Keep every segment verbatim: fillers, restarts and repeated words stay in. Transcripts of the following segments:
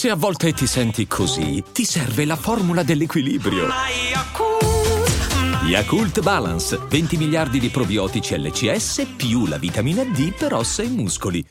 Se a volte ti senti così, ti serve la formula dell'equilibrio. Yakult Balance, venti miliardi di probiotici L C S più la vitamina D per ossa e muscoli.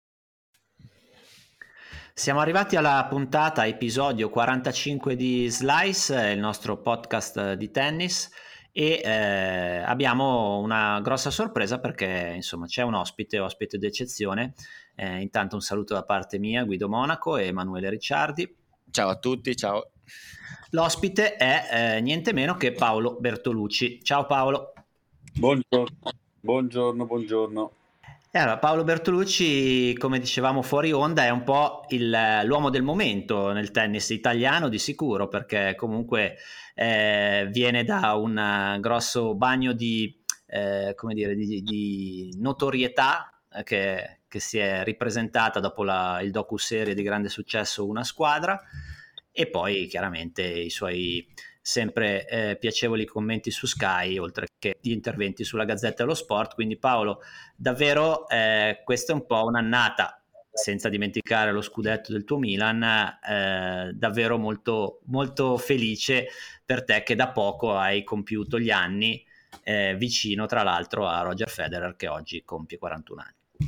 Siamo arrivati alla puntata, episodio quarantacinque di Slice, il nostro podcast di tennis, e eh, abbiamo una grossa sorpresa perché insomma c'è un ospite, ospite d'eccezione. Eh, intanto un saluto da parte mia, Guido Monaco e Emanuele Ricciardi. Ciao a tutti, ciao. L'ospite è eh, niente meno che Paolo Bertolucci. Ciao Paolo. Buongiorno, buongiorno, buongiorno. E allora, Paolo Bertolucci, come dicevamo fuori onda, è un po' il, l'uomo del momento nel tennis italiano di sicuro, perché comunque eh, viene da un grosso bagno di, eh, come dire, di, di notorietà eh, che, che si è ripresentata dopo la, il docuserie di grande successo Una Squadra, e poi chiaramente i suoi sempre eh, piacevoli commenti su Sky, oltre che gli interventi sulla Gazzetta dello Sport. Quindi Paolo, davvero eh, questa è un po' un'annata, senza dimenticare lo scudetto del tuo Milan, eh, davvero molto, molto felice per te che da poco hai compiuto gli anni, eh, vicino tra l'altro a Roger Federer che oggi compie quarantuno anni.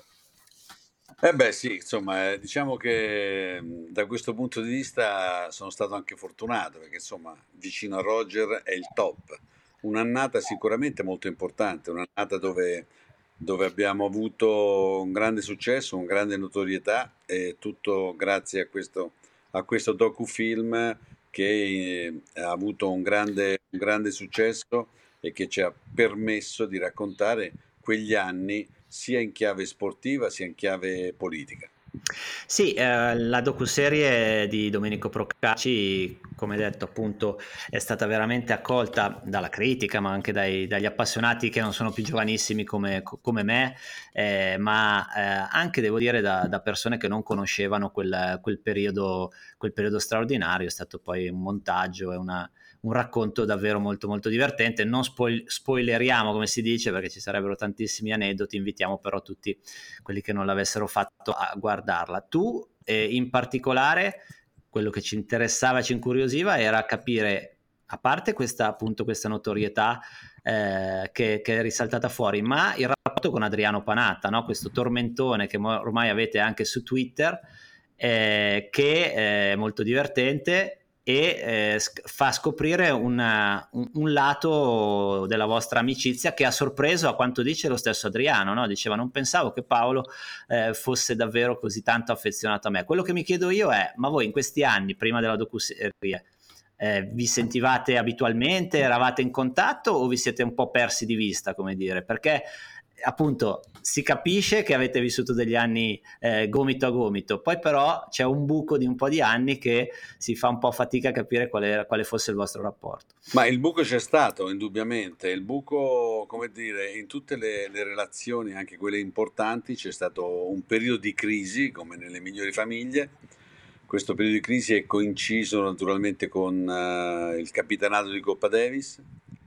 Eh beh sì, insomma, eh, diciamo che mh, da questo punto di vista sono stato anche fortunato, perché insomma vicino a Roger è il top. Un'annata sicuramente molto importante, un'annata dove, dove abbiamo avuto un grande successo, una grande notorietà, e tutto grazie a questo, a questo docufilm che eh, ha avuto un grande, un grande successo e che ci ha permesso di raccontare quegli anni sia in chiave sportiva sia in chiave politica. Sì, eh, la docuserie di Domenico Procacci, come detto appunto, è stata veramente accolta dalla critica, ma anche dai, dagli appassionati che non sono più giovanissimi come, come me, eh, ma eh, anche devo dire da, da persone che non conoscevano quel, quel periodo, quel periodo straordinario. È stato poi un montaggio e una un racconto davvero molto molto divertente. Non spoil- spoileriamo, come si dice, perché ci sarebbero tantissimi aneddoti, invitiamo però tutti quelli che non l'avessero fatto a guardarla. Tu eh, in particolare, quello che ci interessava, ci incuriosiva era capire, a parte questa appunto questa notorietà eh, che, che è risaltata fuori, ma il rapporto con Adriano Panatta, no? Questo tormentone che mo- ormai avete anche su Twitter, eh, che è molto divertente e eh, sc- fa scoprire una, un, un lato della vostra amicizia che ha sorpreso, a quanto dice lo stesso Adriano, no? Diceva: non pensavo che Paolo eh, fosse davvero così tanto affezionato a me. Quello che mi chiedo io è: ma voi in questi anni, prima della docuserie, eh, vi sentivate abitualmente, eravate in contatto o vi siete un po' persi di vista, come dire? Perché appunto si capisce che avete vissuto degli anni eh, gomito a gomito, poi però c'è un buco di un po' di anni che si fa un po' fatica a capire qual era, quale fosse il vostro rapporto. Ma il buco c'è stato, indubbiamente. Il buco, come dire, in tutte le, le relazioni, anche quelle importanti, c'è stato un periodo di crisi, come nelle migliori famiglie. Questo periodo di crisi è coinciso naturalmente con uh, il capitanato di Coppa Davis.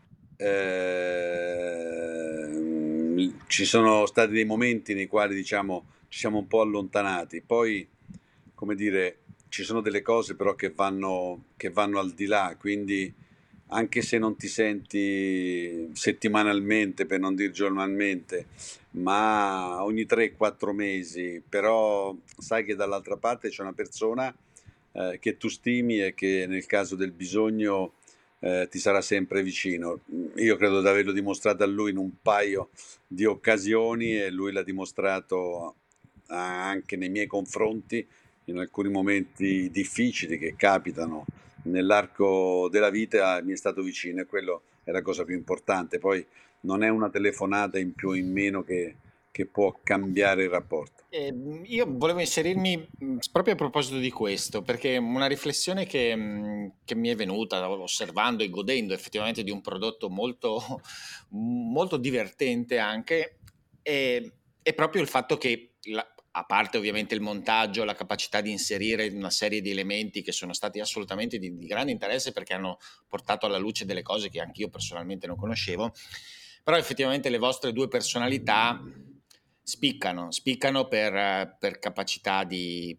Eh, ci sono stati dei momenti nei quali, diciamo, ci siamo un po' allontanati. Poi, come dire, ci sono delle cose però che vanno, che vanno al di là, quindi anche se non ti senti settimanalmente, per non dire giornalmente, ma ogni tre quattro mesi, però sai che dall'altra parte c'è una persona eh, che tu stimi e che nel caso del bisogno eh, ti sarà sempre vicino. Io credo di averlo dimostrato a lui in un paio di occasioni e lui l'ha dimostrato anche nei miei confronti in alcuni momenti difficili che capitano nell'arco della vita. Mi è stato vicino e quello è la cosa più importante. Poi non è una telefonata in più o in meno che, che può cambiare il rapporto. Eh, io volevo inserirmi mh, proprio a proposito di questo, perché una riflessione che, mh, che mi è venuta osservando e godendo effettivamente di un prodotto molto, molto divertente anche, è, è proprio il fatto che, la- a parte ovviamente il montaggio, la capacità di inserire una serie di elementi che sono stati assolutamente di, di grande interesse perché hanno portato alla luce delle cose che anch'io personalmente non conoscevo, però effettivamente le vostre due personalità spiccano, spiccano per, per capacità di,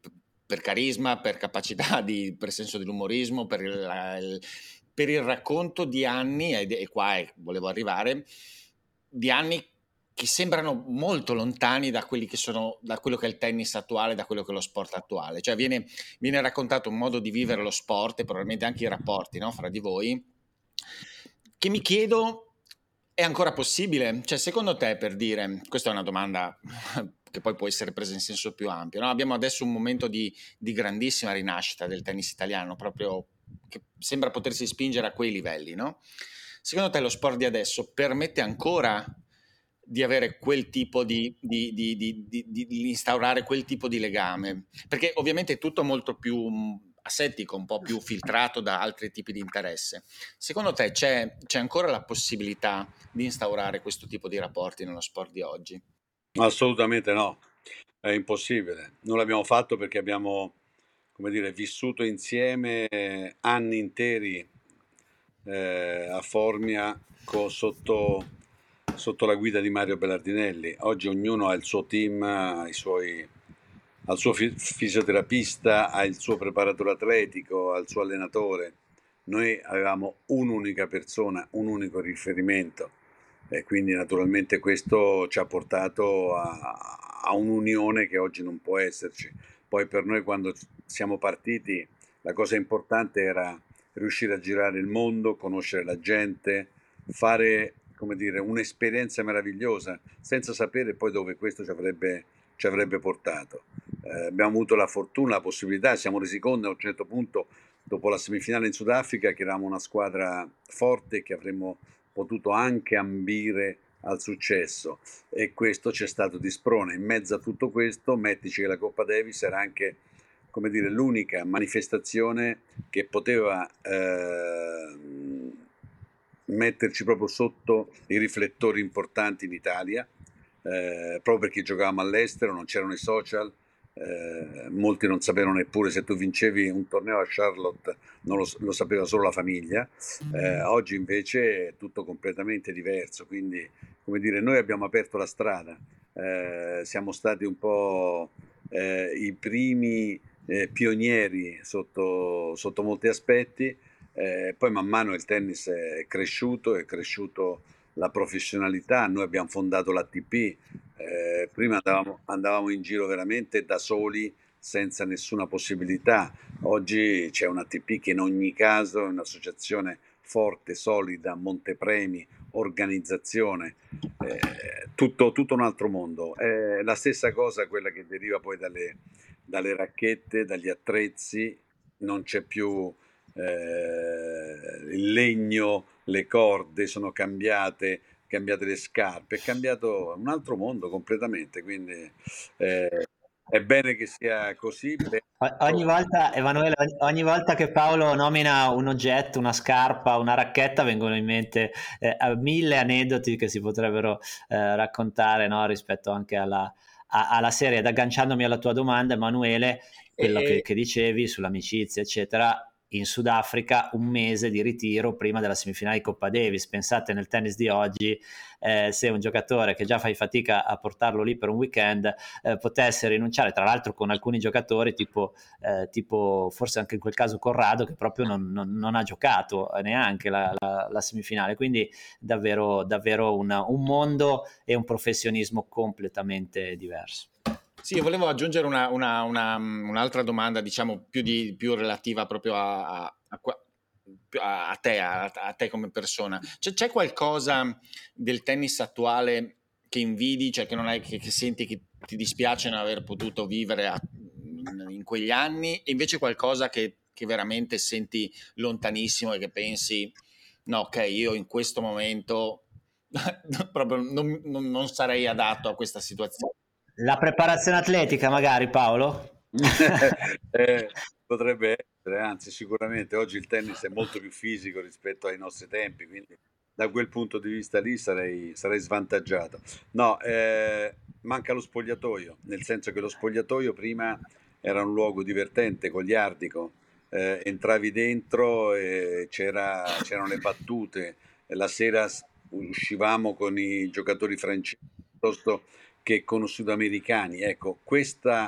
per carisma, per capacità, di, per senso dell'umorismo, per il, il, per il racconto di anni, e, e qua volevo arrivare, di anni che sembrano molto lontani da quelli che sono, da quello che è il tennis attuale, da quello che è lo sport attuale. Cioè viene, viene raccontato un modo di vivere lo sport e probabilmente anche i rapporti, no, fra di voi, che mi chiedo, è ancora possibile? Cioè, secondo te, per dire, questa è una domanda che poi può essere presa in senso più ampio, no? Abbiamo adesso un momento di, di grandissima rinascita del tennis italiano, proprio che sembra potersi spingere a quei livelli, no? Secondo te lo sport di adesso permette ancora di avere quel tipo di, di, di, di, di, di instaurare quel tipo di legame? Perché ovviamente è tutto molto più asettico, un po' più filtrato da altri tipi di interesse. Secondo te c'è, c'è ancora la possibilità di instaurare questo tipo di rapporti nello sport di oggi? Assolutamente no, è impossibile. Non l'abbiamo fatto perché abbiamo, come dire, vissuto insieme anni interi eh, a Formia co- sotto, sotto la guida di Mario Belardinelli. Oggi ognuno ha il suo team, ha i suoi, ha il suo fi- fisioterapista, ha il suo preparatore atletico, ha il suo allenatore. Noi avevamo un'unica persona, un unico riferimento e quindi naturalmente questo ci ha portato a, a un'unione che oggi non può esserci. Poi per noi quando siamo partiti la cosa importante era riuscire a girare il mondo, conoscere la gente, fare, come dire, un'esperienza meravigliosa, senza sapere poi dove questo ci avrebbe, ci avrebbe portato. Eh, abbiamo avuto la fortuna, la possibilità, siamo resi conto a un certo punto, dopo la semifinale in Sudafrica, che eravamo una squadra forte e che avremmo potuto anche ambire al successo, e questo c'è stato di sprone. In mezzo a tutto questo, mettici che la Coppa Davis era anche, come dire, l'unica manifestazione che poteva eh, metterci proprio sotto i riflettori importanti in Italia, eh, proprio perché giocavamo all'estero, non c'erano i social, eh, molti non sapevano neppure se tu vincevi un torneo a Charlotte, non lo, lo sapeva solo la famiglia. Eh, oggi invece è tutto completamente diverso, quindi, come dire, noi abbiamo aperto la strada, eh, siamo stati un po' eh, i primi eh, pionieri sotto, sotto molti aspetti. Eh, poi man mano il tennis è cresciuto, è cresciuto la professionalità, noi abbiamo fondato l'A T P, eh, prima andavamo, andavamo in giro veramente da soli senza nessuna possibilità, oggi c'è un A T P che in ogni caso è un'associazione forte, solida, montepremi, organizzazione, eh, tutto, tutto un altro mondo. È la stessa cosa quella che deriva poi dalle, dalle racchette, dagli attrezzi, non c'è più eh, il legno, le corde sono cambiate, cambiate le scarpe, è cambiato un altro mondo completamente, quindi eh, è bene che sia così. O- Ogni volta, Emanuele, ogni, ogni volta che Paolo nomina un oggetto, una scarpa, una racchetta, vengono in mente eh, mille aneddoti che si potrebbero eh, raccontare, no, rispetto anche alla, a- alla serie. Ed agganciandomi alla tua domanda, Emanuele, quello che, E, che dicevi sull'amicizia, eccetera, in Sudafrica un mese di ritiro prima della semifinale di Coppa Davis. Pensate, nel tennis di oggi, eh, se un giocatore che già fai fatica a portarlo lì per un weekend eh, potesse rinunciare, tra l'altro con alcuni giocatori tipo, eh, tipo forse anche in quel caso Corrado, che proprio non, non, non ha giocato neanche la, la, la semifinale, quindi davvero, davvero una, un mondo e un professionismo completamente diverso. Sì, volevo aggiungere una, una, una, un'altra domanda, diciamo, più, di, più relativa proprio a, a, a, a te, a, a te come persona. C'è, c'è qualcosa del tennis attuale che invidi, cioè che, non hai, che, che senti che ti dispiace non aver potuto vivere a, in, in quegli anni, e invece qualcosa che, che veramente senti lontanissimo e che pensi, no, ok, io in questo momento proprio non, non, non sarei adatto a questa situazione. La preparazione atletica, magari, Paolo? eh, Potrebbe essere, anzi sicuramente oggi il tennis è molto più fisico rispetto ai nostri tempi, quindi da quel punto di vista lì sarei, sarei svantaggiato. No, eh, manca lo spogliatoio, nel senso che lo spogliatoio prima era un luogo divertente, goliardico, eh, entravi dentro e c'era, c'erano le battute, e la sera s- uscivamo con i giocatori francesi piuttosto che con i sudamericani. Ecco, questa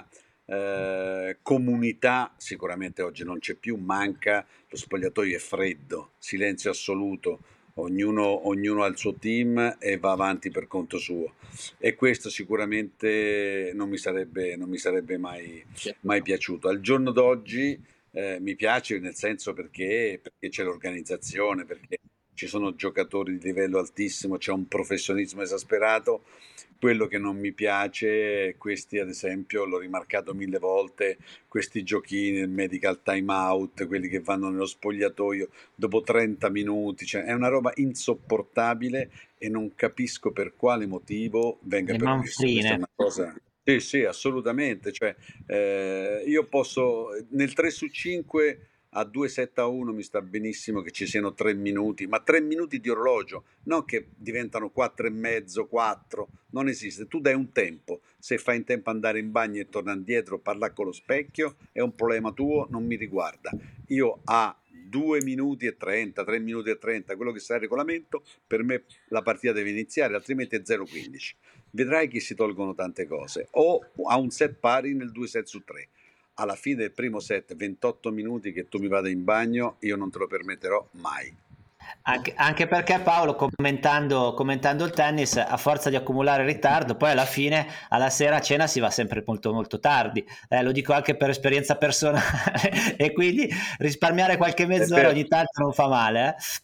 eh, comunità sicuramente oggi non c'è più, manca, lo spogliatoio è freddo, silenzio assoluto, ognuno, ognuno ha il suo team e va avanti per conto suo, e questo sicuramente non mi sarebbe, non mi sarebbe mai, mai piaciuto. Al giorno d'oggi eh, mi piace nel senso perché, perché c'è l'organizzazione, perché ci sono giocatori di livello altissimo, c'è un professionismo esasperato. Quello che non mi piace, questi ad esempio, l'ho rimarcato mille volte, questi giochini, il medical time out, quelli che vanno nello spogliatoio dopo trenta minuti, cioè è una roba insopportabile e non capisco per quale motivo venga Le permesso. Questa è manfrine. una cosa... Sì, sì, assolutamente. Cioè, eh, io posso, nel tre su cinque a due sette a uno mi sta benissimo che ci siano tre minuti, ma tre minuti di orologio, non che diventano quattro e mezzo, quattro, non esiste. Tu dai un tempo, se fai in tempo andare in bagno e tornare indietro, parlare con lo specchio, è un problema tuo, non mi riguarda. Io a due minuti e trenta, tre minuti e trenta, quello che sta il regolamento, per me la partita deve iniziare, altrimenti è zero quindici. Vedrai che si tolgono tante cose, o a un set pari nel due set su tre. Alla fine del primo set, ventotto minuti che tu mi vada in bagno, io non te lo permetterò mai. Anche, anche perché Paolo, commentando, commentando il tennis, a forza di accumulare ritardo, poi alla fine, alla sera a cena si va sempre molto molto tardi, eh, lo dico anche per esperienza personale e quindi risparmiare qualche mezz'ora ogni tanto non fa male, eh?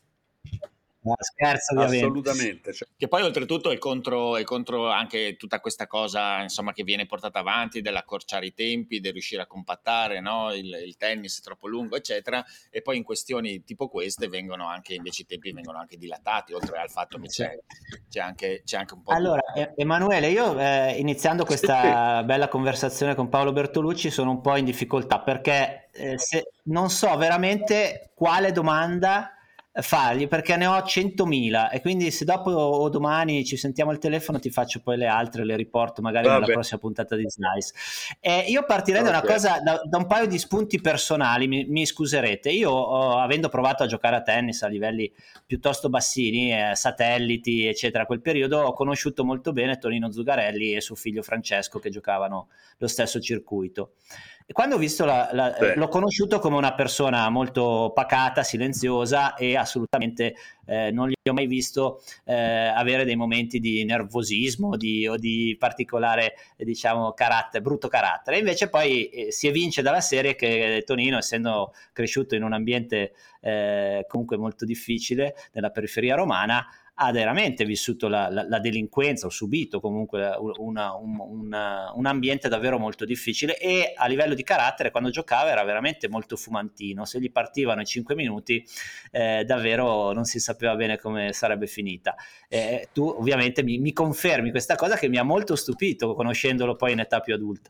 No, scherzo ovviamente. Assolutamente. Cioè. Che poi oltretutto è contro, è contro anche tutta questa cosa, insomma, che viene portata avanti dell'accorciare i tempi, del riuscire a compattare, no? il, il tennis è troppo lungo, eccetera, e poi in questioni tipo queste vengono anche, invece i tempi vengono anche dilatati, oltre al fatto che c'è, c'è, anche, c'è anche un po' allora di... Emanuele, io eh, iniziando questa sì. bella conversazione con Paolo Bertolucci sono un po' in difficoltà perché eh, se, non so veramente quale domanda fargli, perché ne ho centomila e quindi se dopo o domani ci sentiamo al telefono ti faccio poi le altre, le riporto magari Vabbè. nella prossima puntata di Slice. Eh, io partirei okay. da una cosa, da, da un paio di spunti personali, mi, mi scuserete. Io ho, avendo provato a giocare a tennis a livelli piuttosto bassini, eh, satelliti eccetera, quel periodo ho conosciuto molto bene Tonino Zugarelli e suo figlio Francesco che giocavano lo stesso circuito. E quando ho visto la, la, sì. l'ho conosciuto come una persona molto pacata, silenziosa e assolutamente eh, non gli ho mai visto eh, avere dei momenti di nervosismo di, o di particolare eh, diciamo carattere, brutto carattere. E invece poi eh, si evince dalla serie che Tonino, essendo cresciuto in un ambiente eh, comunque molto difficile nella periferia romana, ha veramente vissuto la, la, la delinquenza o subito comunque una, un, una, un ambiente davvero molto difficile e a livello di carattere quando giocava era veramente molto fumantino, se gli partivano i cinque minuti eh, davvero non si sapeva bene come sarebbe finita. Eh, tu ovviamente mi, mi confermi questa cosa che mi ha molto stupito conoscendolo poi in età più adulta.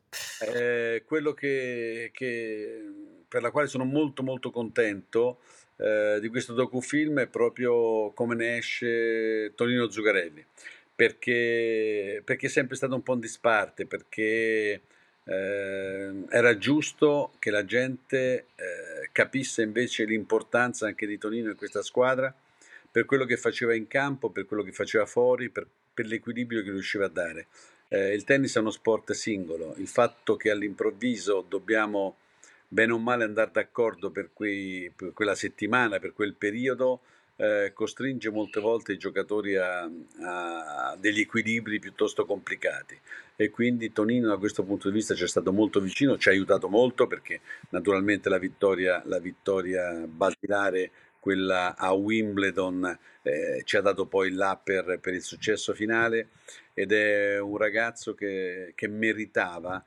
Eh, quello che, che per la quale sono molto molto contento Eh, di questo docufilm è proprio come ne esce Tonino Zugarelli, perché, perché è sempre stato un po' in disparte, perché eh, era giusto che la gente eh, capisse invece l'importanza anche di Tonino in questa squadra, per quello che faceva in campo, per quello che faceva fuori, per, per l'equilibrio che riusciva a dare. Eh, il tennis è uno sport singolo, il fatto che all'improvviso dobbiamo bene o male andare d'accordo per, quei, per quella settimana, per quel periodo, eh, costringe molte volte i giocatori a, a degli equilibri piuttosto complicati, e quindi Tonino da questo punto di vista ci è stato molto vicino, ci ha aiutato molto perché naturalmente la vittoria, la vittoria basilare, quella a Wimbledon, eh, ci ha dato poi là per, per il successo finale, ed è un ragazzo che, che meritava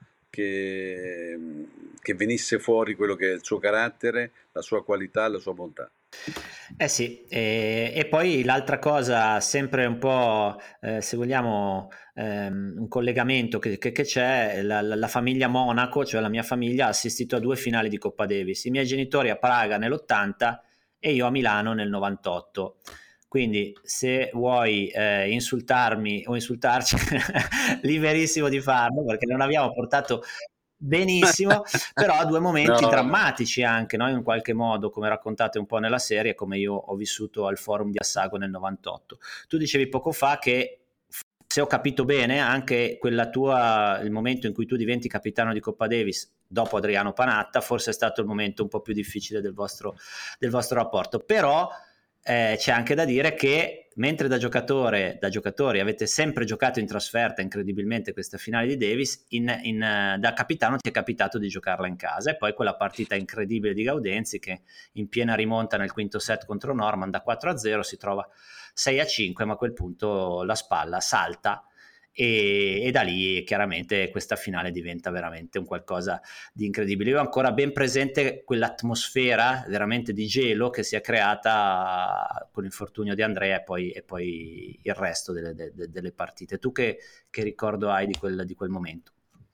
Che, che venisse fuori quello che è il suo carattere, la sua qualità, la sua bontà. Eh sì, e, e poi l'altra cosa, sempre un po' eh, se vogliamo ehm, un collegamento che, che, che c'è, la, la, la famiglia Monaco, cioè la mia famiglia ha assistito a due finali di Coppa Davis, i miei genitori a Praga nell'ottanta e io a Milano nel novantotto. Quindi se vuoi eh, insultarmi o insultarci, liberissimo di farlo, perché non abbiamo portato benissimo, però due momenti no, drammatici anche, no? In qualche modo, come raccontate un po' nella serie, come io ho vissuto al forum di Assago nel novantotto. Tu dicevi poco fa che se ho capito bene, anche quella tua, il momento in cui tu diventi capitano di Coppa Davis dopo Adriano Panatta, forse è stato il momento un po' più difficile del vostro, del vostro rapporto, però eh, c'è anche da dire che mentre da giocatore, da giocatori avete sempre giocato in trasferta incredibilmente questa finale di Davis, in, in, da capitano ti è capitato di giocarla in casa, e poi quella partita incredibile di Gaudenzi che in piena rimonta nel quinto set contro Norman da quattro a zero si trova sei a cinque, ma a quel punto la spalla salta e, e da lì chiaramente questa finale diventa veramente un qualcosa di incredibile. Io ho ancora ben presente quell'atmosfera veramente di gelo che si è creata con l'infortunio di Andrea e poi, e poi il resto delle, de, delle partite. Tu che, che ricordo hai di quel, di quel momento?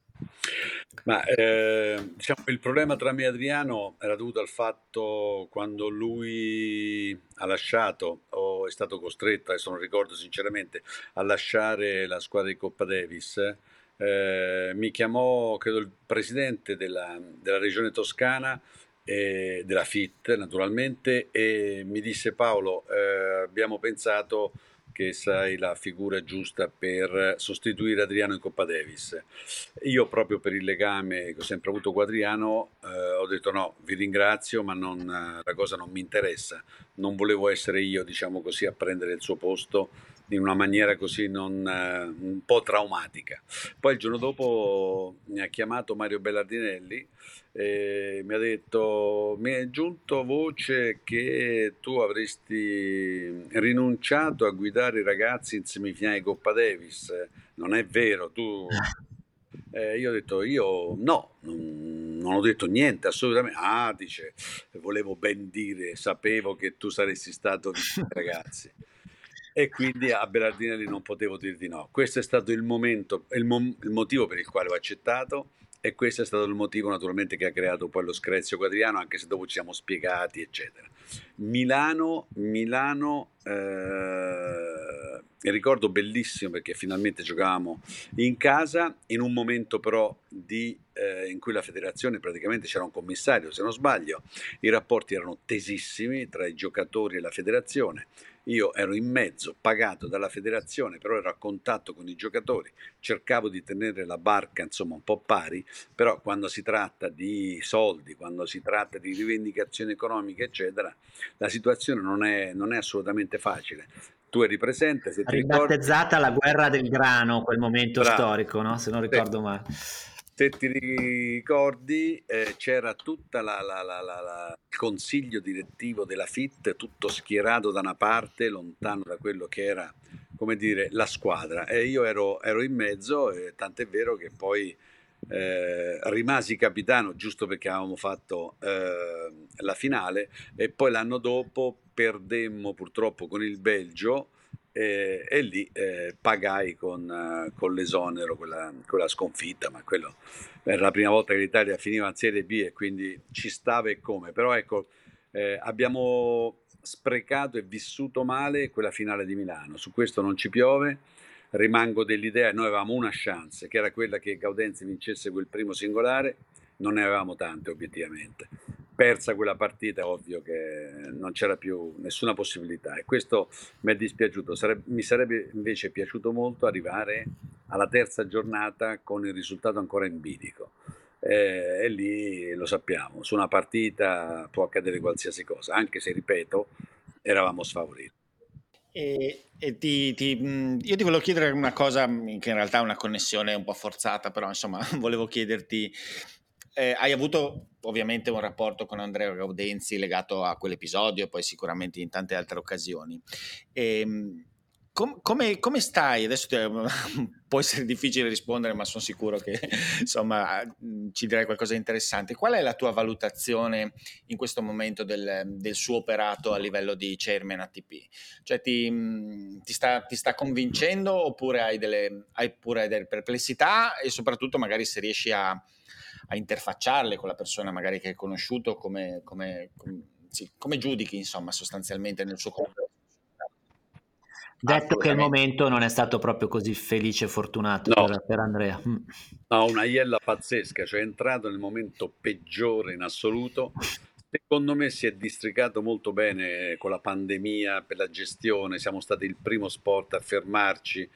Ma eh, diciamo, il problema tra me e Adriano era dovuto al fatto quando lui ha lasciato o è stato costretto, adesso non ricordo sinceramente, a lasciare la squadra di Coppa Davis. Eh, mi chiamò, credo, il presidente della, della regione toscana, eh, della F I T naturalmente, e mi disse: Paolo, eh, abbiamo pensato che sei la figura giusta per sostituire Adriano in Coppa Davis. Io, proprio per il legame che ho sempre avuto con Adriano, eh, ho detto no, vi ringrazio, ma non, la cosa non mi interessa. Non volevo essere io, diciamo così, a prendere il suo posto in una maniera così non, eh, un po' traumatica. Poi il giorno dopo mi ha chiamato Mario Bellardinelli e mi ha detto: mi è giunto voce che tu avresti rinunciato a guidare i ragazzi in semifinale di Coppa Davis. Non è vero, tu... Eh, io ho detto: io no, non, non ho detto niente assolutamente. Ah, dice, volevo ben dire, sapevo che tu saresti stato vicino ai ragazzi. E quindi a Berardinelli non potevo dir di no. Questo è stato il momento, il, mo- il motivo per il quale ho accettato, e questo è stato il motivo naturalmente che ha creato poi lo screzio quadriano, anche se dopo ci siamo spiegati, eccetera. Milano, Milano, eh, ricordo bellissimo perché finalmente giocavamo in casa, in un momento però di, eh, in cui la federazione, praticamente c'era un commissario, se non sbaglio, i rapporti erano tesissimi tra i giocatori e la federazione. Io ero in mezzo, pagato dalla federazione, però ero a contatto con i giocatori, cercavo di tenere la barca insomma un po' pari, però quando si tratta di soldi, quando si tratta di rivendicazioni economiche, eccetera, la situazione non è, non è assolutamente facile. Tu eri presente, se ti ricordi. Ribattezzata la guerra del grano, quel momento Bravo. storico, no? Se non ricordo Sì. male. Se ti ricordi, eh, c'era tutta la, la, la, la, la- il consiglio direttivo della F I T, tutto schierato da una parte, lontano da quello che era, come dire, la squadra. E io ero, ero in mezzo, e tant'è vero che poi eh, rimasi capitano giusto perché avevamo fatto eh, la finale, e poi l'anno dopo perdemmo purtroppo con il Belgio. E, e lì eh, pagai con, eh, con l'esonero quella, quella sconfitta, ma quello era la prima volta che l'Italia finiva in Serie B e quindi ci stava e come. Però ecco, eh, abbiamo sprecato e vissuto male quella finale di Milano, su questo non ci piove. Rimango dell'idea, noi avevamo una chance, che era quella che Gaudenzi vincesse quel primo singolare, non ne avevamo tante obiettivamente. Persa quella partita, è ovvio che non c'era più nessuna possibilità, e questo mi è dispiaciuto. Sareb- mi sarebbe invece piaciuto molto arrivare alla terza giornata con il risultato ancora in bilico. Eh, e lì lo sappiamo, su una partita può accadere qualsiasi cosa, anche se, ripeto, eravamo sfavoriti. E, e ti, ti, mh, io ti volevo chiedere una cosa mh, che in realtà è una connessione un po' forzata, però insomma volevo chiederti, eh, hai avuto ovviamente un rapporto con Andrea Gaudenzi legato a quell'episodio e poi sicuramente in tante altre occasioni. E, mh, com- come, come stai? Adesso ti- può essere difficile rispondere, ma sono sicuro che insomma mh, ci dirai qualcosa di interessante. Qual è la tua valutazione in questo momento del, del suo operato a livello di chairman A T P? Cioè ti, mh, ti, sta, ti sta convincendo oppure hai delle, hai pure delle perplessità, e soprattutto magari se riesci a, a interfacciarle con la persona magari che hai conosciuto, come, come, come, sì, come giudichi insomma sostanzialmente nel suo contesto? Detto che il Assolutamente. momento non è stato proprio così felice e fortunato No, per, per Andrea. Mm. no, una iella pazzesca, cioè è entrato nel momento peggiore in assoluto. Secondo me si è districato molto bene con la pandemia per la gestione, siamo stati il primo sport a fermarci,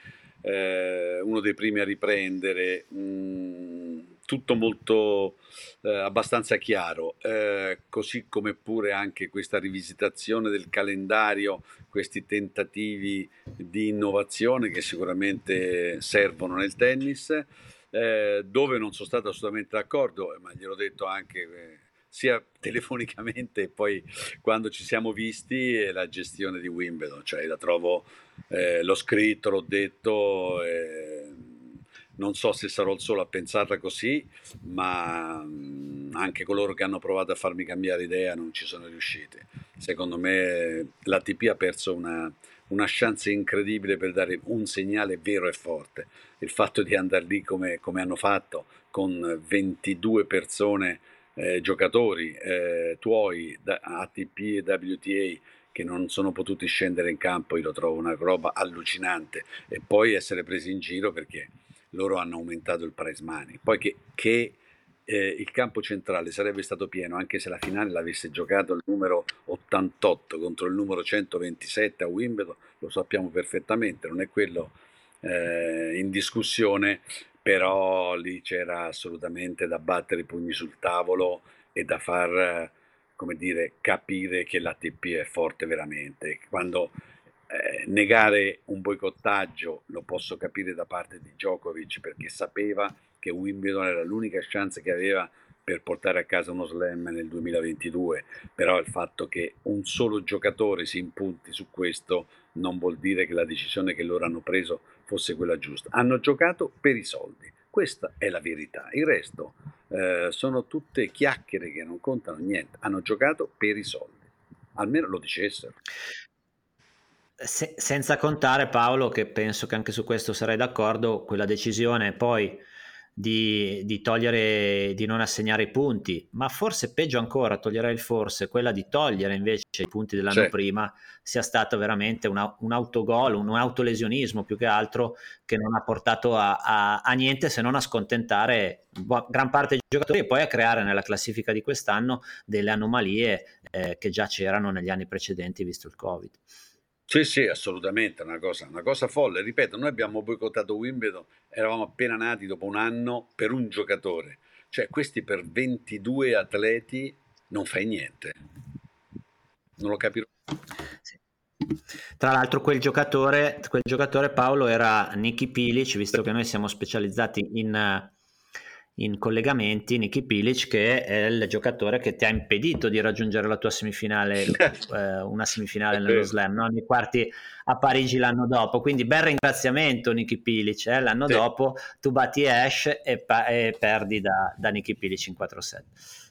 eh, uno dei primi a riprendere, mh, tutto molto eh, abbastanza chiaro, eh, così come pure anche questa rivisitazione del calendario, questi tentativi di innovazione che sicuramente servono nel tennis, eh, dove non sono stato assolutamente d'accordo, ma gliel'ho detto anche eh, sia telefonicamente e poi quando ci siamo visti, è la gestione di Wimbledon, cioè la trovo, eh, l'ho scritto, l'ho detto, eh, non so se sarò il solo a pensarla così, ma mh, anche coloro che hanno provato a farmi cambiare idea non ci sono riusciti. Secondo me l'A T P ha perso una, una chance incredibile per dare un segnale vero e forte. Il fatto di andare lì come, come hanno fatto, con ventidue persone, eh, giocatori eh, tuoi, da- A T P e W T A, che non sono potuti scendere in campo, io lo trovo una roba allucinante. E poi essere presi in giro perché loro hanno aumentato il prize money. Poi che, che eh, il campo centrale sarebbe stato pieno anche se la finale l'avesse giocato il numero ottantotto contro il numero centoventisette a Wimbledon, lo sappiamo perfettamente, non è quello eh, in discussione, però lì c'era assolutamente da battere i pugni sul tavolo e da far, eh, come dire, capire che l'A T P è forte veramente. Quando eh, negare un boicottaggio lo posso capire da parte di Djokovic, perché sapeva che Wimbledon era l'unica chance che aveva per portare a casa uno slam nel duemilaventidue, però il fatto che un solo giocatore si impunti su questo non vuol dire che la decisione che loro hanno preso fosse quella giusta. Hanno giocato per i soldi, questa è la verità. Il resto eh, sono tutte chiacchiere che non contano niente. Hanno giocato per i soldi, almeno lo dicessero. Se- senza contare, Paolo, che penso che anche su questo sarai d'accordo, quella decisione poi di, di togliere, di non assegnare i punti, ma forse peggio ancora, toglierei il forse, quella di togliere invece i punti dell'anno Cioè, prima, sia stato veramente una- un autogol, un autolesionismo più che altro, che non ha portato a, a- a niente se non a scontentare bu- gran parte dei giocatori e poi a creare nella classifica di quest'anno delle anomalie eh, che già c'erano negli anni precedenti, visto il Covid. sì, sì, assolutamente, è una cosa, una cosa folle. Ripeto, noi abbiamo boicottato Wimbledon, eravamo appena nati dopo un anno per un giocatore. Cioè, questi per ventidue atleti non fai niente. Non lo capirò. Sì. Tra l'altro quel giocatore, quel giocatore Paolo era Niki Pilic, visto che noi siamo specializzati in, in collegamenti, Niki Pilic che è il giocatore che ti ha impedito di raggiungere la tua semifinale, eh, una semifinale È nello vero. slam, no? Nei quarti a Parigi l'anno dopo, quindi bel ringraziamento Niki Pilic, eh? L'anno Sì, dopo tu batti Ash e, pa- e perdi da, da Niki Pilic in quattro sette.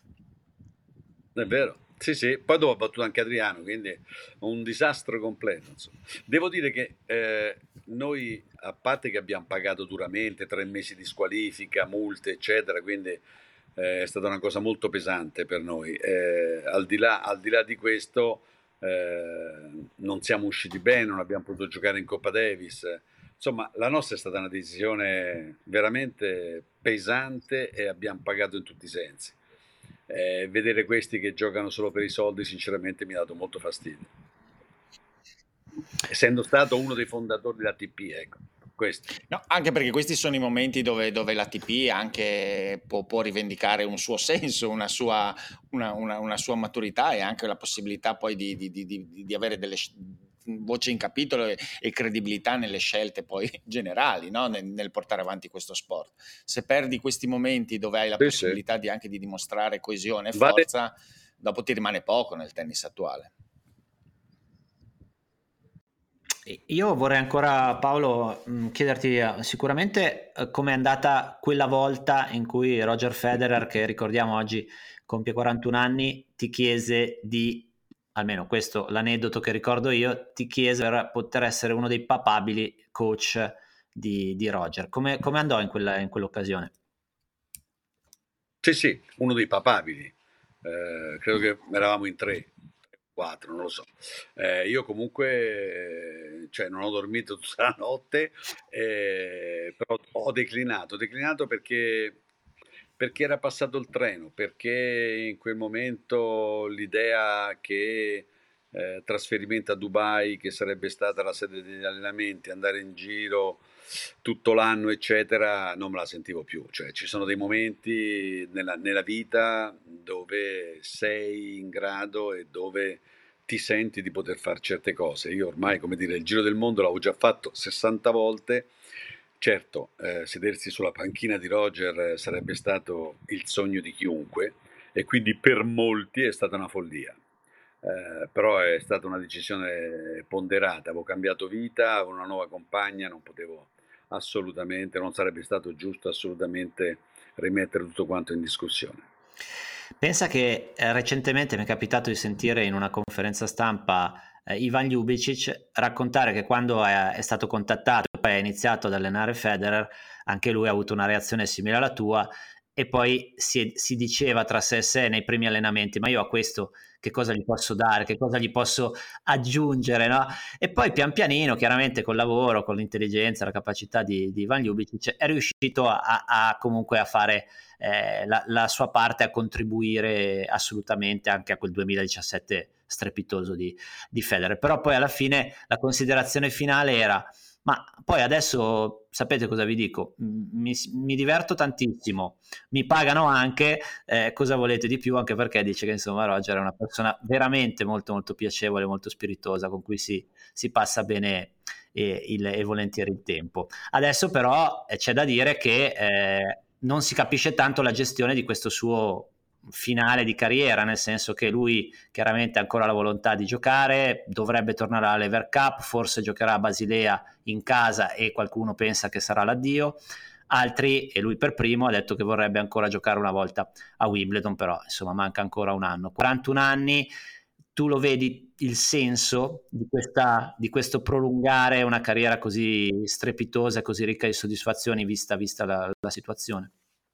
è vero. Sì, sì, poi dopo ha battuto anche Adriano, quindi un disastro completo. Insomma. Devo dire che eh, noi, a parte che abbiamo pagato duramente tre mesi di squalifica, multe, eccetera, quindi eh, è stata una cosa molto pesante per noi. Eh, al di là, al di là di questo, eh, non siamo usciti bene, non abbiamo potuto giocare in Coppa Davis. Insomma, la nostra è stata una decisione veramente pesante e abbiamo pagato in tutti i sensi. Eh, vedere questi che giocano solo per i soldi, sinceramente, mi ha dato molto fastidio. Essendo stato uno dei fondatori dell'A T P, ecco, questo. No, anche perché questi sono i momenti dove, dove l'A T P anche può, può rivendicare un suo senso, una sua, una, una, una sua maturità e anche la possibilità poi di, di, di, di, di avere delle voce in capitolo e, e credibilità nelle scelte poi generali, no? nel, nel portare avanti questo sport. Se perdi questi momenti dove hai la Sì, sì. possibilità di anche di dimostrare coesione e Vale. forza, dopo ti rimane poco nel tennis attuale. Io vorrei ancora, Paolo, mh, chiederti eh, sicuramente eh, com'è andata quella volta in cui Roger Federer, che ricordiamo oggi compie quarantuno anni, ti chiese di, almeno questo l'aneddoto che ricordo io, ti chiese per poter essere uno dei papabili coach di, di Roger. Come, come andò in, quella, in quell'occasione? Sì, sì, uno dei papabili. Eh, credo che eravamo in tre, quattro, non lo so. Eh, io comunque, eh, cioè, non ho dormito tutta la notte, eh, però ho declinato. Ho declinato perché, perché era passato il treno, perché in quel momento l'idea che eh, trasferimento a Dubai, che sarebbe stata la sede degli allenamenti, andare in giro tutto l'anno, eccetera, non me la sentivo più. Cioè, ci sono dei momenti nella, nella vita dove sei in grado e dove ti senti di poter fare certe cose. Io ormai, come dire, il giro del mondo l'avevo già fatto sessanta volte. Certo, eh, sedersi sulla panchina di Roger sarebbe stato il sogno di chiunque e quindi per molti è stata una follia. Eh, però è stata una decisione ponderata, avevo cambiato vita, avevo una nuova compagna, non potevo assolutamente, non sarebbe stato giusto assolutamente rimettere tutto quanto in discussione. Pensa che eh, recentemente mi è capitato di sentire in una conferenza stampa eh, Ivan Ljubicic raccontare che quando è, è stato contattato e poi ha iniziato ad allenare Federer, anche lui ha avuto una reazione simile alla tua e poi si, si diceva tra sé e sé nei primi allenamenti: ma io a questo che cosa gli posso dare, che cosa gli posso aggiungere, no? E poi pian pianino, chiaramente col lavoro, con l'intelligenza, la capacità di, di Ivan Ljubicic, è riuscito a, a, a comunque a fare eh, la, la sua parte, a contribuire assolutamente anche a quel duemiladiciassette strepitoso di, di Federer. Però poi alla fine la considerazione finale era: ma poi adesso sapete cosa vi dico? Mi, mi diverto tantissimo, mi pagano anche, eh, cosa volete di più? Anche perché dice che insomma Roger è una persona veramente molto molto piacevole, molto spiritosa, con cui si, si passa bene e, il, e volentieri il tempo. Adesso però eh, c'è da dire che eh, non si capisce tanto la gestione di questo suo finale di carriera, nel senso che lui chiaramente ha ancora la volontà di giocare, dovrebbe tornare alla Lever Cup, forse giocherà a Basilea in casa e qualcuno pensa che sarà l'addio, altri, e lui per primo, ha detto che vorrebbe ancora giocare una volta a Wimbledon, però insomma manca ancora un anno, quarantuno anni. Tu lo vedi il senso di, questa, di questo prolungare una carriera così strepitosa, così ricca di soddisfazioni vista, vista la, la situazione?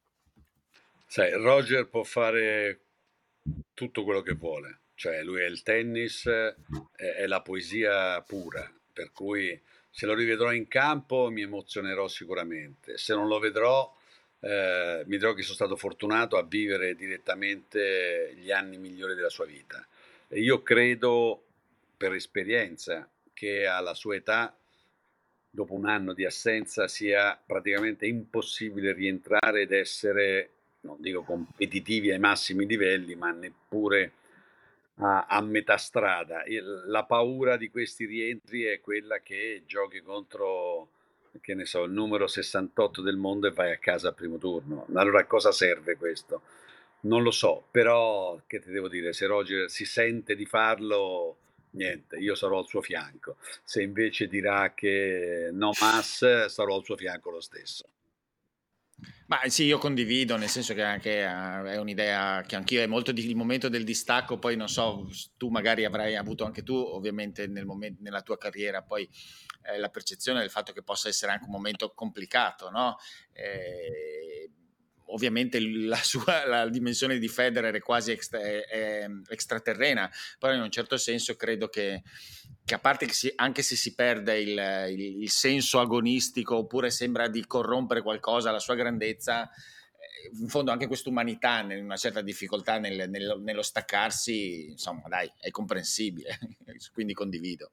Sai, Roger può fare tutto quello che vuole, cioè lui è il tennis, è, è la poesia pura, per cui se lo rivedrò in campo mi emozionerò sicuramente, se non lo vedrò eh, mi dirò che sono stato fortunato a vivere direttamente gli anni migliori della sua vita. E io credo, per esperienza, che alla sua età, dopo un anno di assenza, sia praticamente impossibile rientrare ed essere, non dico competitivi ai massimi livelli, ma neppure a, a metà strada. La paura di questi rientri è quella che giochi contro, che ne so, il numero sessantotto del mondo e vai a casa al primo turno. Allora a cosa serve questo? Non lo so, però che ti devo dire, se Roger si sente di farlo, niente, io sarò al suo fianco. Se invece dirà che no mas, sarò al suo fianco lo stesso. Ma sì, io condivido, nel senso che anche uh, è un'idea che anch'io, è molto di, il momento del distacco, poi non so, tu magari avrai avuto anche tu, ovviamente nel momento, nella tua carriera, poi eh, la percezione del fatto che possa essere anche un momento complicato, no? Eh, ovviamente la sua la dimensione di Federer è quasi extra, è, è extraterrena, però in un certo senso credo che, che a parte che si, anche se si perde il, il, il senso agonistico oppure sembra di corrompere qualcosa, la sua grandezza, in fondo anche questa umanità, una certa difficoltà nel, nel, nello staccarsi, insomma dai, è comprensibile, quindi condivido.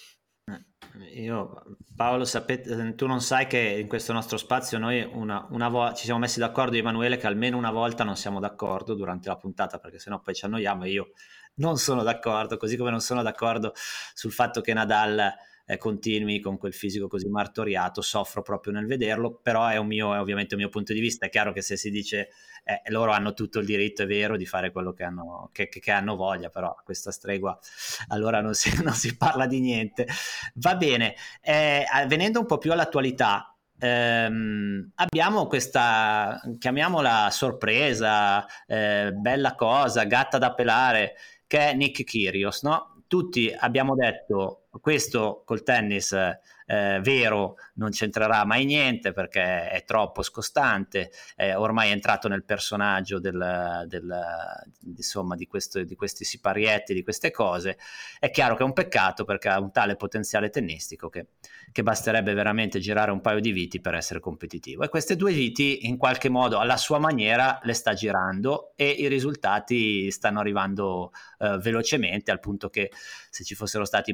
Io, Paolo, sapete, tu non sai che in questo nostro spazio noi una, una vo- ci siamo messi d'accordo, Emanuele, che almeno una volta non siamo d'accordo durante la puntata, perché sennò poi ci annoiamo e io non sono d'accordo, così come non sono d'accordo sul fatto che Nadal eh, continui con quel fisico così martoriato, soffro proprio nel vederlo, però è, un mio, è ovviamente un mio punto di vista. È chiaro che se si dice eh, loro hanno tutto il diritto, è vero, di fare quello che hanno, che, che, che hanno voglia, però a questa stregua allora non si, non si parla di niente. Va bene, eh, venendo un po' più all'attualità, ehm, abbiamo questa, chiamiamola sorpresa, eh, bella cosa, gatta da pelare, che è Nick Kyrgios, no? Tutti abbiamo detto questo col tennis eh, vero non c'entrerà mai niente perché è troppo scostante, eh, ormai è entrato nel personaggio del, del, insomma, di, questo, di questi siparietti, di queste cose. È chiaro che è un peccato perché ha un tale potenziale tennistico che, che basterebbe veramente girare un paio di viti per essere competitivo, e queste due viti in qualche modo alla sua maniera le sta girando e i risultati stanno arrivando eh, velocemente, al punto che se ci fossero stati i punti a Wimbledon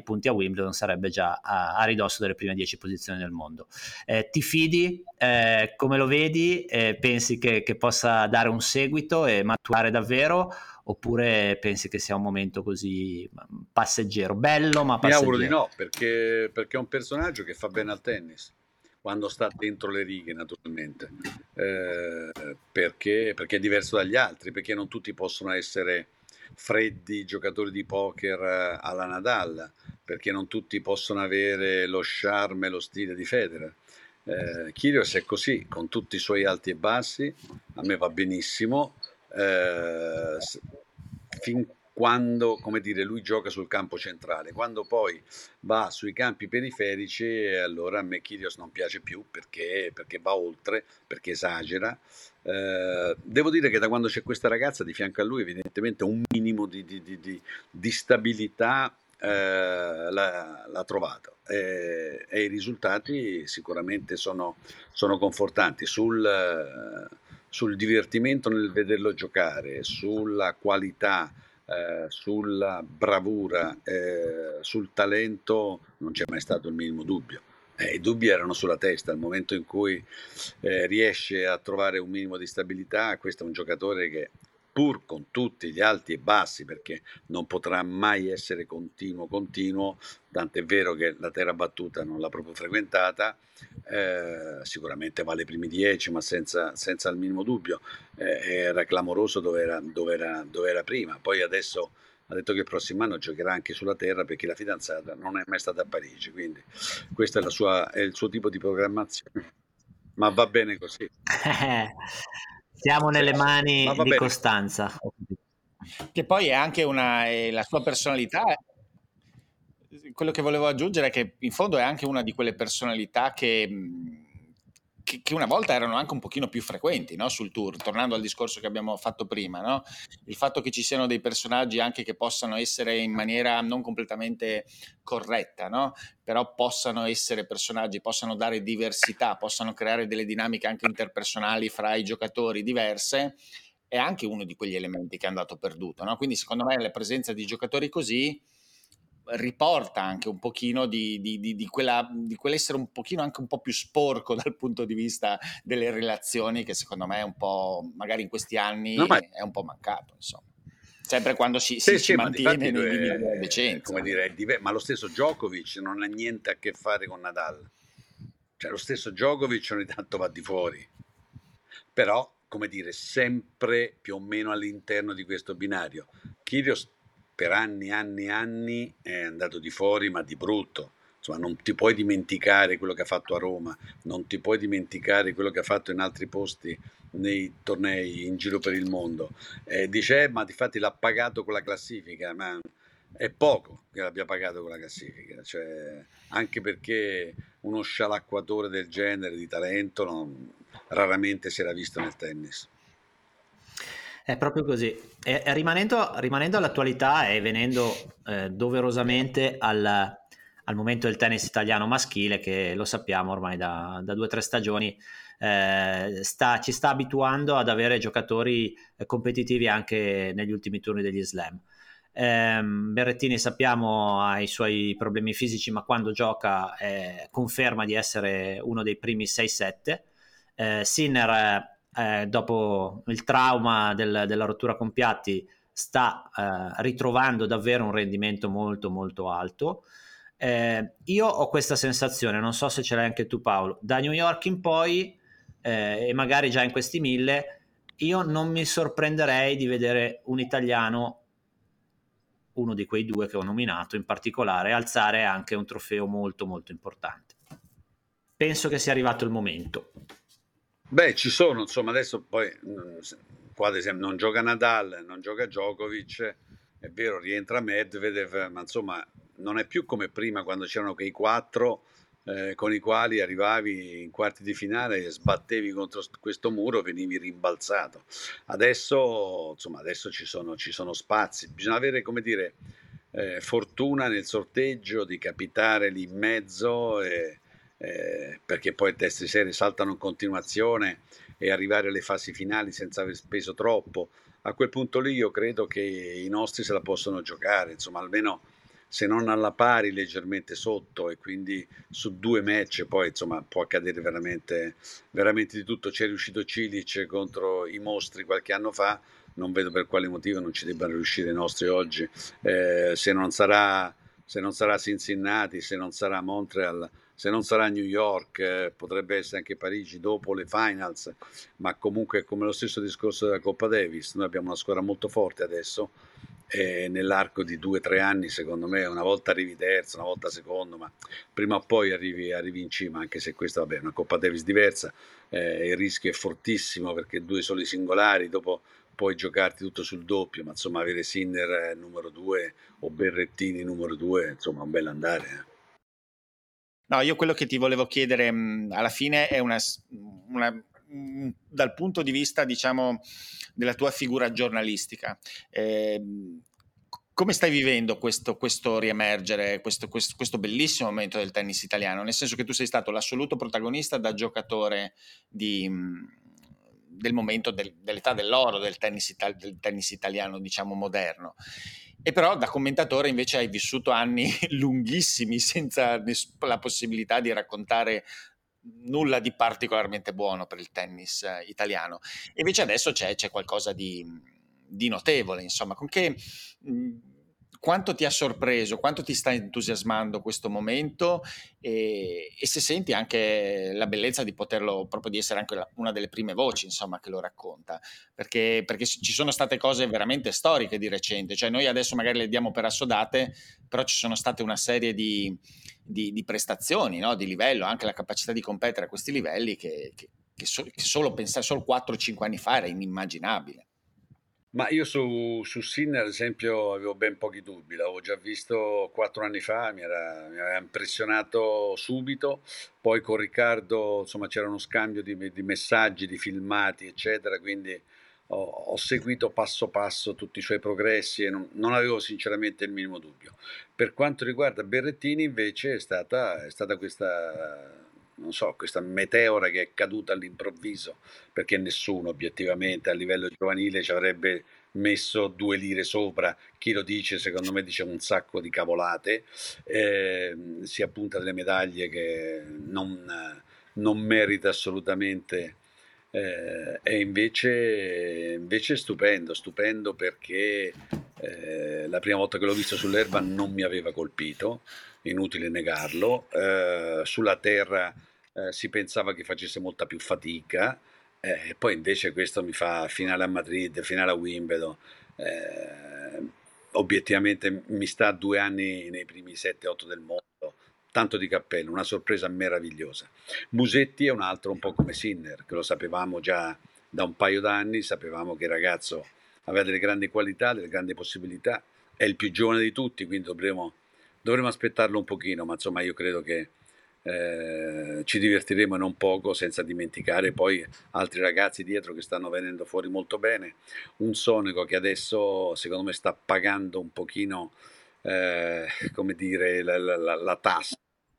Wimbledon sarebbe già a, a ridosso delle prime dieci posizioni del mondo. Eh, ti fidi? Eh, come lo vedi? Eh, pensi che, che possa dare un seguito e maturare davvero, oppure pensi che sia un momento così passeggero, bello ma Mi passeggero? auguro di no, perché, perché è un personaggio che fa bene al tennis, quando sta dentro le righe naturalmente, eh, perché, perché è diverso dagli altri, perché non tutti possono essere freddi giocatori di poker eh, alla Nadal, perché non tutti possono avere lo charme e lo stile di Federer. Eh, Kyrgios è così, con tutti i suoi alti e bassi, a me va benissimo, eh, s- fin quando, come dire, lui gioca sul campo centrale. Quando poi va sui campi periferici, eh, allora a me Kyrgios non piace più perché, perché va oltre, perché esagera. Eh, devo dire che da quando c'è questa ragazza di fianco a lui, evidentemente un minimo di, di- di- di- di stabilità eh, l'ha, l'ha trovato. E, e i risultati sicuramente sono, sono confortanti sul, eh, sul divertimento nel vederlo giocare, sulla qualità, eh, sulla bravura, eh, sul talento non c'è mai stato il minimo dubbio. Eh, I dubbi erano sulla testa, al momento in cui eh, riesce a trovare un minimo di stabilità, questo è un giocatore che pur con tutti gli alti e bassi, perché non potrà mai essere continuo continuo, tant'è vero che la terra battuta non l'ha proprio frequentata, eh, sicuramente vale i primi dieci, ma senza, senza il minimo dubbio, eh, era clamoroso dove era, dove, era, dove era prima. Poi adesso ha detto che il prossimo anno giocherà anche sulla terra perché la fidanzata non è mai stata a Parigi, quindi questo è, la sua, è il suo tipo di programmazione, ma va bene così. Siamo Sì, nelle sì. Ma mani va di bene. Costanza. Che poi è anche una, è la sua personalità. Quello che volevo aggiungere è che in fondo è anche una di quelle personalità che, mh, che, che una volta erano anche un pochino più frequenti, no, sul tour, tornando al discorso che abbiamo fatto prima, no? Il fatto che ci siano dei personaggi anche che possano essere in maniera non completamente corretta, no? Però possano essere personaggi, possano dare diversità, possano creare delle dinamiche anche interpersonali fra i giocatori diverse, è anche uno di quegli elementi che è andato perduto, no? Quindi secondo me la presenza di giocatori così riporta anche un pochino di, di, di, di, quella, di quell'essere un pochino anche un po' più sporco dal punto di vista delle relazioni, che secondo me è un po', magari in questi No, anni ma è un po' mancato, insomma. Sempre quando si, sì, si, ci sì, ma mantiene difatti lui nei limiti della è, come decenza. dire, è diver- ma lo stesso Djokovic non ha niente a che fare con Nadal. Cioè, lo stesso Djokovic ogni tanto va di fuori, però, come dire, sempre più o meno all'interno di questo binario. Kyrgios per anni, anni, anni è andato di fuori, ma di brutto. Insomma, non ti puoi dimenticare quello che ha fatto a Roma, non ti puoi dimenticare quello che ha fatto in altri posti nei tornei in giro per il mondo. Eh, dice, eh, ma difatti l'ha pagato con la classifica, ma è poco che l'abbia pagato con la classifica, cioè, anche perché uno scialacquatore del genere di talento non, raramente si era visto nel tennis. È proprio così. E, e rimanendo, rimanendo all'attualità e venendo eh, doverosamente al, al momento del tennis italiano maschile, che lo sappiamo ormai da, da due o tre stagioni, eh, sta, ci sta abituando ad avere giocatori eh, competitivi anche negli ultimi turni degli slam. Eh, Berrettini sappiamo ha i suoi problemi fisici, ma quando gioca eh, conferma di essere uno dei primi sei sette. Eh, Sinner eh, dopo il trauma del, della rottura con Piatti sta eh, ritrovando davvero un rendimento molto molto alto. Eh, io ho questa sensazione, non so se ce l'hai anche tu Paolo, da New York in poi eh, e magari già in questi mille, io non mi sorprenderei di vedere un italiano, uno di quei due che ho nominato in particolare, alzare anche un trofeo molto molto importante. Penso che sia arrivato il momento. Beh, ci sono, insomma, adesso poi qua ad esempio non gioca Nadal, non gioca Djokovic, è vero, rientra Medvedev, ma insomma non è più come prima quando c'erano quei quattro eh, con i quali arrivavi in quarti di finale e sbattevi contro questo muro, venivi rimbalzato. Adesso, insomma, adesso ci sono, ci sono spazi, bisogna avere, come dire, eh, fortuna nel sorteggio di capitare lì in mezzo e, eh, perché poi test di serie saltano in continuazione e arrivare alle fasi finali senza aver speso troppo. A quel punto lì io credo che i nostri se la possono giocare, insomma, almeno se non alla pari, leggermente sotto, e quindi su due match poi insomma può accadere veramente, veramente di tutto. C'è riuscito Cilic contro i mostri qualche anno fa, non vedo per quale motivo non ci debbano riuscire i nostri oggi. Eh, se non sarà, se non sarà Cincinnati, se non sarà Montreal, se non sarà New York, eh, potrebbe essere anche Parigi dopo le finals, ma comunque è come lo stesso discorso della Coppa Davis. Noi abbiamo una squadra molto forte adesso, e nell'arco di due o tre anni secondo me una volta arrivi terzo, una volta secondo, ma prima o poi arrivi, arrivi in cima, anche se questa vabbè, è una Coppa Davis diversa, eh, il rischio è fortissimo perché due soli singolari, dopo puoi giocarti tutto sul doppio, ma insomma avere Sinner numero due o Berrettini numero due, insomma un bel andare. Eh. No, io quello che ti volevo chiedere mh, alla fine è una, una mh, dal punto di vista, diciamo, della tua figura giornalistica. Eh, come stai vivendo questo, questo riemergere, questo, questo, questo bellissimo momento del tennis italiano? Nel senso che tu sei stato l'assoluto protagonista da giocatore di, mh, del momento del, dell'età dell'oro del tennis, ital- del tennis italiano, diciamo, moderno. E però da commentatore invece hai vissuto anni lunghissimi senza ness- la possibilità di raccontare nulla di particolarmente buono per il tennis eh, italiano. E invece adesso c'è, c'è qualcosa di, di notevole, insomma. Con che, mh, quanto ti ha sorpreso, quanto ti sta entusiasmando questo momento, e, e se senti anche la bellezza di poterlo, proprio di essere anche la, una delle prime voci, insomma, che lo racconta, perché, perché ci sono state cose veramente storiche di recente, cioè noi adesso magari le diamo per assodate, però ci sono state una serie di, di, di prestazioni, no? Di livello, anche la capacità di competere a questi livelli che, che, che, so, che solo pensare solo quattro o cinque anni fa era inimmaginabile. Ma io su, su Sinner, ad esempio, avevo ben pochi dubbi, l'avevo già visto quattro anni fa, mi, era, mi aveva impressionato subito, poi con Riccardo, insomma, c'era uno scambio di, di messaggi, di filmati, eccetera, quindi ho, ho seguito passo passo tutti i suoi progressi e non, non avevo sinceramente il minimo dubbio. Per quanto riguarda Berrettini, invece, è stata, è stata questa, non so, questa meteora che è caduta all'improvviso, perché nessuno obiettivamente a livello giovanile ci avrebbe messo due lire sopra. Chi lo dice secondo me dice un sacco di cavolate, eh, si appunta delle medaglie che non, non merita assolutamente, eh, e invece, invece è stupendo, stupendo perché eh, la prima volta che l'ho visto sull'erba non mi aveva colpito, inutile negarlo, eh, sulla terra eh, si pensava che facesse molta più fatica, e eh, poi invece questo mi fa finale a Madrid, finale a Wimbledon, eh, obiettivamente mi sta a due anni nei primi sette otto del mondo, tanto di cappello, una sorpresa meravigliosa. Musetti è un altro un po' come Sinner, che lo sapevamo già da un paio d'anni, sapevamo che il ragazzo aveva delle grandi qualità, delle grandi possibilità, è il più giovane di tutti, quindi dovremo, dovremo aspettarlo un pochino, ma insomma io credo che eh, ci divertiremo non poco, senza dimenticare poi altri ragazzi dietro che stanno venendo fuori molto bene. Un Sonego che adesso secondo me sta pagando un pochino, eh, come dire, la, la, la, la tassa.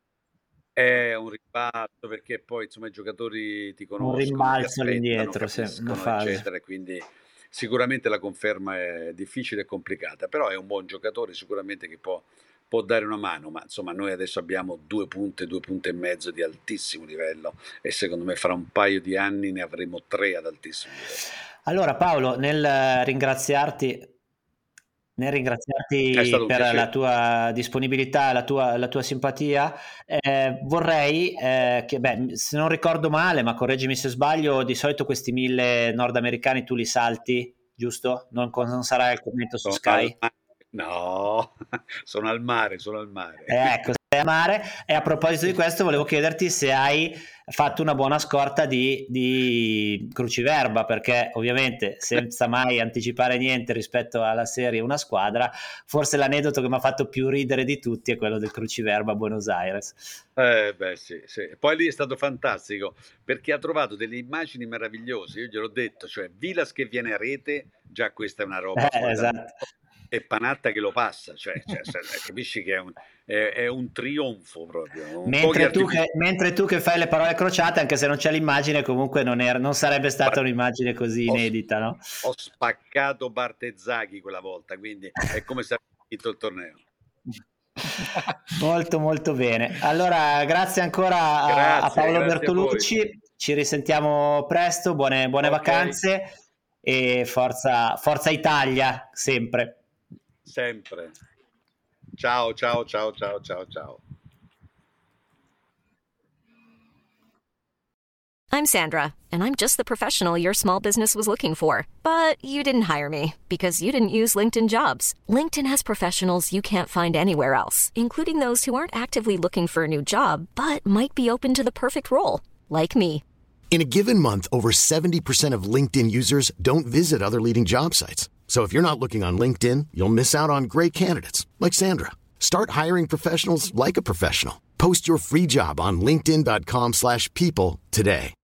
È un ribalzo perché poi insomma i giocatori ti Un conoscono, ti rimbalzo aspettano, all'indietro, sì, una capiscono, fase. eccetera, e quindi sicuramente la conferma è difficile e complicata, però è un buon giocatore sicuramente che può, può dare una mano, ma insomma noi adesso abbiamo due punte, due punte e mezzo di altissimo livello e secondo me fra un paio di anni ne avremo tre ad altissimo livello. Allora Paolo, nel ringraziarti Nel È ringraziarti stato un per la piacere. tua disponibilità, la tua, la tua simpatia, eh, vorrei eh, che, beh, se non ricordo male, ma correggimi se sbaglio, di solito questi mille nordamericani tu li salti, giusto? Non, non sarà il commento su Sono al Sky? mare. No, sono al mare, sono al mare. Eh, ecco, sei a mare. E a proposito di questo, volevo chiederti se hai fatto una buona scorta di, di cruciverba, perché ovviamente senza mai anticipare niente rispetto alla serie Una squadra, forse l'aneddoto che mi ha fatto più ridere di tutti è quello del cruciverba a Buenos Aires. Eh beh sì, sì. Poi lì è stato fantastico perché ha trovato delle immagini meravigliose, io gliel'ho detto, cioè Vilas che viene a rete, già questa è una roba Eh, fuori dal esatto. mondo, e Panatta che lo passa, cioè, cioè se- capisci che è un, è, è un trionfo proprio, un fuochi Mentre tu, artificiali. che, mentre tu che fai le parole crociate, anche se non c'è l'immagine, comunque non, era, non sarebbe stata un'immagine così Ho, inedita, no? ho spaccato Bartezzaghi quella volta, quindi è come se avessi vinto il torneo. Molto molto bene. Allora, grazie ancora a, Grazie, a Paolo grazie a Bertolucci. Ci risentiamo presto. Buone, buone Ok. vacanze e forza, forza Italia sempre. Sempre. Ciao, ciao, ciao, ciao, ciao, ciao. I'm Sandra, and I'm just the professional your small business was looking for. But you didn't hire me because you didn't use LinkedIn Jobs. LinkedIn has professionals you can't find anywhere else, including those who aren't actively looking for a new job, but might be open to the perfect role, like me. In a given month, over seventy percent of LinkedIn users don't visit other leading job sites. So if you're not looking on LinkedIn, you'll miss out on great candidates like Sandra. Start hiring professionals like a professional. Post your free job on linkedin dot com slash people today.